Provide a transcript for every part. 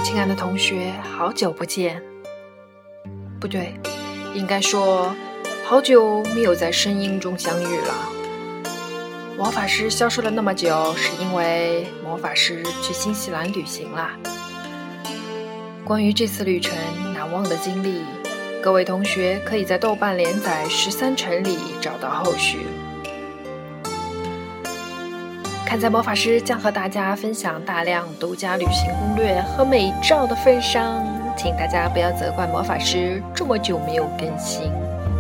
亲爱的同学，好久不见。不对，应该说好久没有在声音中相遇了。魔法师消失了那么久，是因为魔法师去新西兰旅行啦。关于这次旅程难忘的经历，各位同学可以在豆瓣连载13城里找到后续。看在魔法师将和大家分享大量独家旅行攻略和美照的份上，请大家不要责怪魔法师这么久没有更新。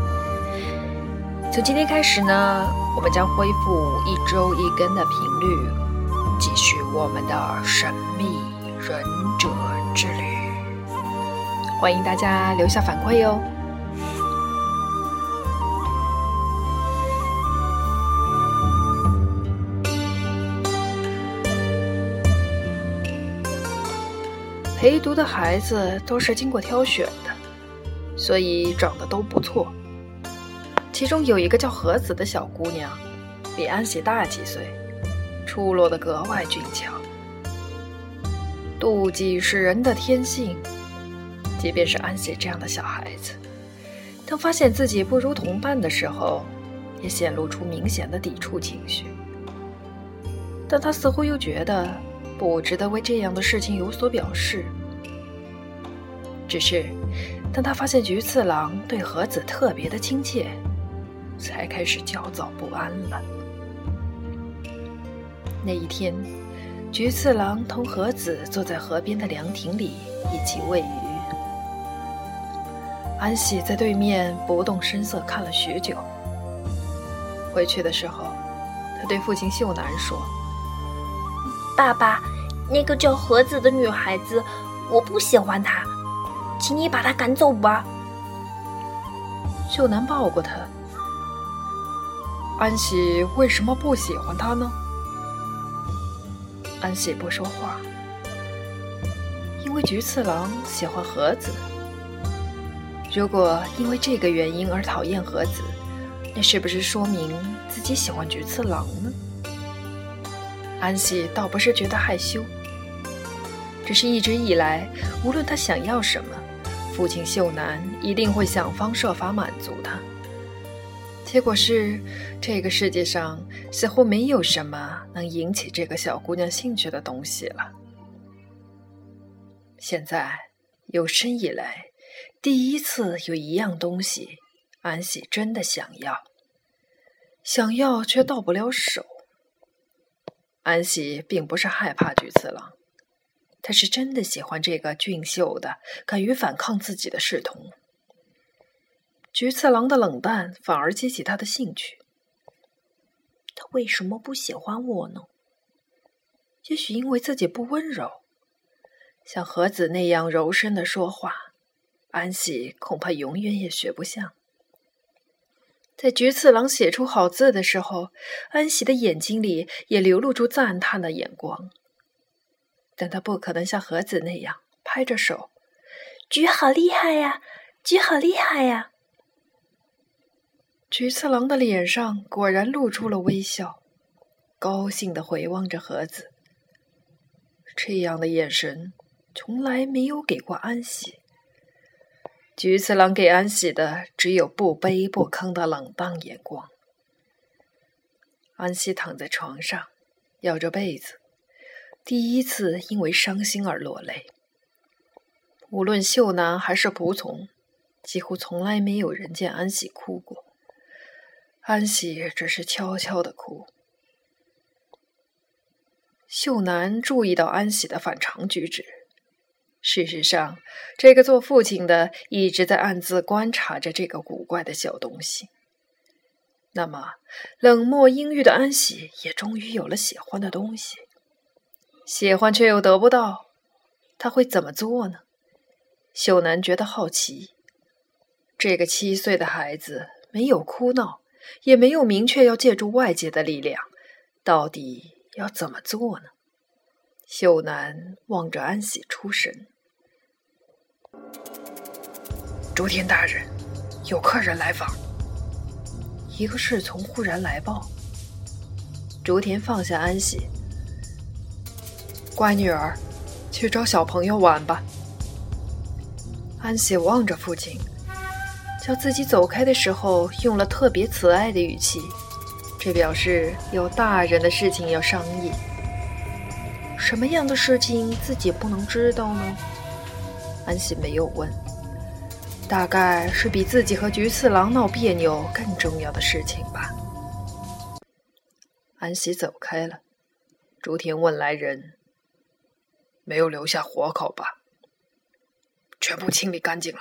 从今天开始呢，我们将恢复1周1更的频率，继续我们的神秘忍者之旅。欢迎大家留下反馈哦。陪读的孩子都是经过挑选的，所以长得都不错。其中有一个叫和子的小姑娘，比安喜大几岁，出落得格外俊俏。妒忌是人的天性，即便是安喜这样的小孩子，当发现自己不如同伴的时候，也显露出明显的抵触情绪。但她似乎又觉得不值得为这样的事情有所表示。只是当他发现菊次郎对和子特别的亲切，才开始焦躁不安了。那一天，菊次郎同和子坐在河边的凉亭里一起喂鱼。安喜在对面不动声色看了许久。回去的时候，他对父亲秀男说： 爸爸，那个叫和子的女孩子，我不喜欢她，请你把她赶走吧。 秀男抱过她。安喜为什么不喜欢她呢？安喜不说话。因为菊次郎喜欢和子。如果因为这个原因而讨厌和子，那是不是说明自己喜欢菊次郎呢？安喜倒不是觉得害羞，只是一直以来，无论他想要什么，父亲秀男一定会想方设法满足他。结果是，这个世界上似乎没有什么能引起这个小姑娘兴趣的东西了。现在，有生以来，第一次有一样东西，安喜真的想要却到不了手。安喜并不是害怕菊次郎，他是真的喜欢这个俊秀的、敢于反抗自己的侍童。菊次郎的冷淡反而激起他的兴趣。他为什么不喜欢我呢？也许因为自己不温柔，像和子那样柔声的说话，安喜恐怕永远也学不像。在菊次郎写出好字的时候，安喜的眼睛里也流露出赞叹的眼光。但他不可能像和子那样拍着手：菊好厉害呀，菊好厉害呀。菊次郎的脸上果然露出了微笑，高兴地回望着和子。这样的眼神从来没有给过安喜。菊次郎给安喜的只有不卑不亢的冷淡眼光。安喜躺在床上，摇着被子，第一次因为伤心而落泪。无论秀男还是仆从，几乎从来没有人见安喜哭过。安喜只是悄悄地哭。秀男注意到安喜的反常举止。事实上，这个做父亲的一直在暗自观察着这个古怪的小东西。那么，冷漠阴郁的安喜也终于有了喜欢的东西。喜欢却又得不到，他会怎么做呢？秀男觉得好奇。这个7岁的孩子没有哭闹，也没有明确要借助外界的力量，到底要怎么做呢？秀男望着安喜出神。竹田大人，有客人来访。一个侍从忽然来报。竹田放下安喜。乖女儿， 去找小朋友玩吧。安喜望着父亲，叫自己走开的时候用了特别慈爱的语气，这表示有大人的事情要商议。什么样的事情自己不能知道呢？安喜没有问，大概是比自己和菊次郎闹别扭更重要的事情吧。安喜走开了，竹田问来人：没有留下活口吧？全部清理干净了。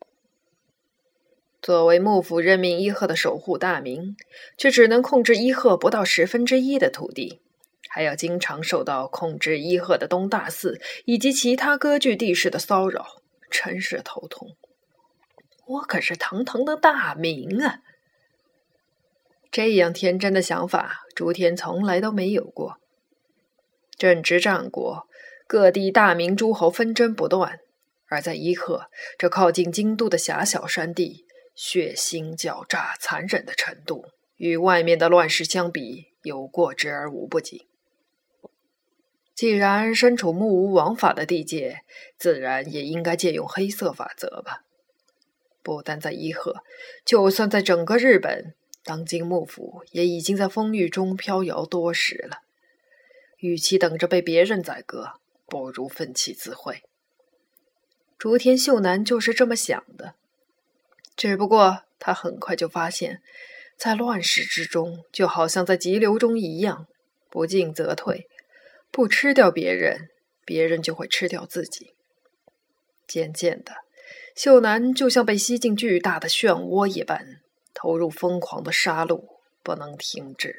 作为幕府任命伊贺的守护大名，却只能控制伊贺不到1/10的土地，还要经常受到控制伊贺的东大寺以及其他割据地势的骚扰，真是头痛。我可是堂堂的大名啊！这样天真的想法，竹田从来都没有过。正值战国，各地大名诸侯纷争不断，而在伊贺这靠近京都的狭小山地，血腥狡诈残忍的程度与外面的乱世相比，有过之而无不及。既然身处目无王法的地界，自然也应该借用黑色法则吧。不但在伊贺，就算在整个日本，当今幕府也已经在风雨中飘摇多时了。与其等着被别人宰割，不如奋起自卫。竹田秀男就是这么想的，只不过他很快就发现，在乱世之中，就好像在急流中一样，不进则退，不吃掉别人，别人就会吃掉自己。渐渐的，秀男就像被吸进巨大的漩涡一般，投入疯狂的杀戮，不能停止。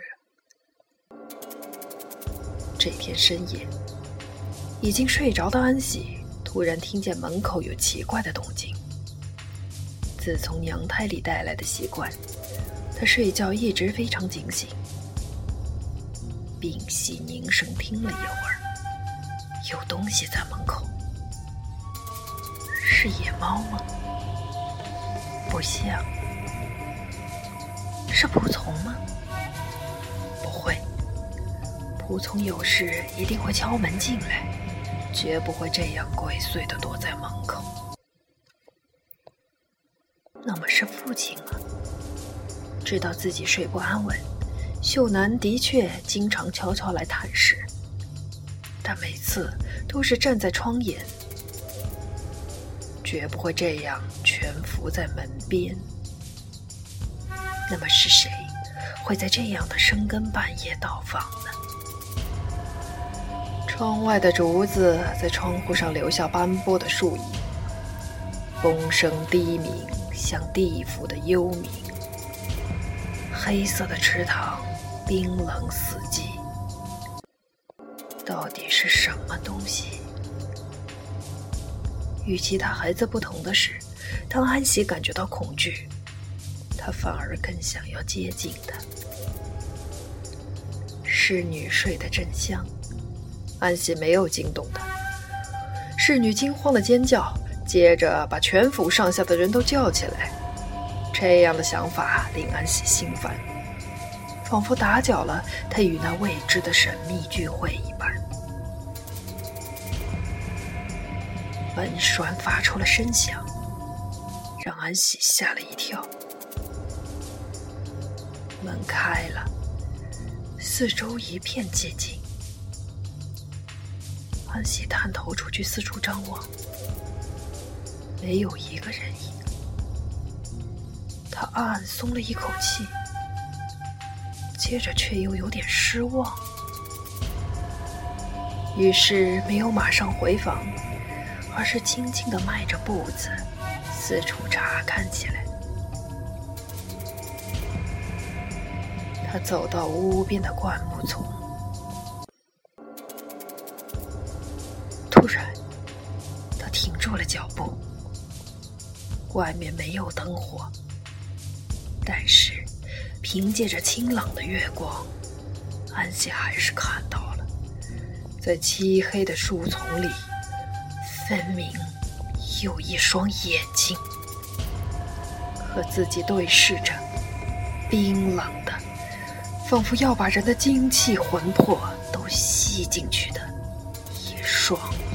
这天深夜，已经睡着的安喜突然听见门口有奇怪的动静。自从娘胎里带来的习惯，他睡觉一直非常警醒。屏息凝神听了一会儿，有东西在门口。是野猫吗？不像。是仆从吗？不会。仆从有事一定会敲门进来，绝不会这样鬼祟地躲在门口。那么是父亲吗？知道自己睡不安稳，秀男的确经常悄悄来探视，但每次都是站在窗沿，绝不会这样蜷伏在门边。那么是谁会在这样的深更半夜到访呢？窗外的竹子在窗户上留下斑驳的树影，风声低鸣，像地府的幽冥。黑色的池塘冰冷死寂，到底是什么东西？与其他孩子不同的是，当安喜感觉到恐惧，他反而更想要接近他。侍女睡得正香，安喜没有惊动她。侍女惊慌的尖叫，接着把全府上下的人都叫起来。这样的想法令安喜心烦，仿佛打搅了他与那未知的神秘聚会一般。门栓发出了声响，让安喜吓了一跳。门开了，四周一片寂静。安喜探头出去四处张望，没有一个人影。他暗暗松了一口气，接着却又有点失望，于是没有马上回房，而是轻轻地迈着步子四处查看起来。他走到屋边的灌木丛，突然他停住了脚步。外面没有灯火，但是凭借着清朗的月光，安喜还是看到了，在漆黑的树丛里，分明有一双眼睛和自己对视着，冰冷的，仿佛要把人的精气魂魄都吸进去的一双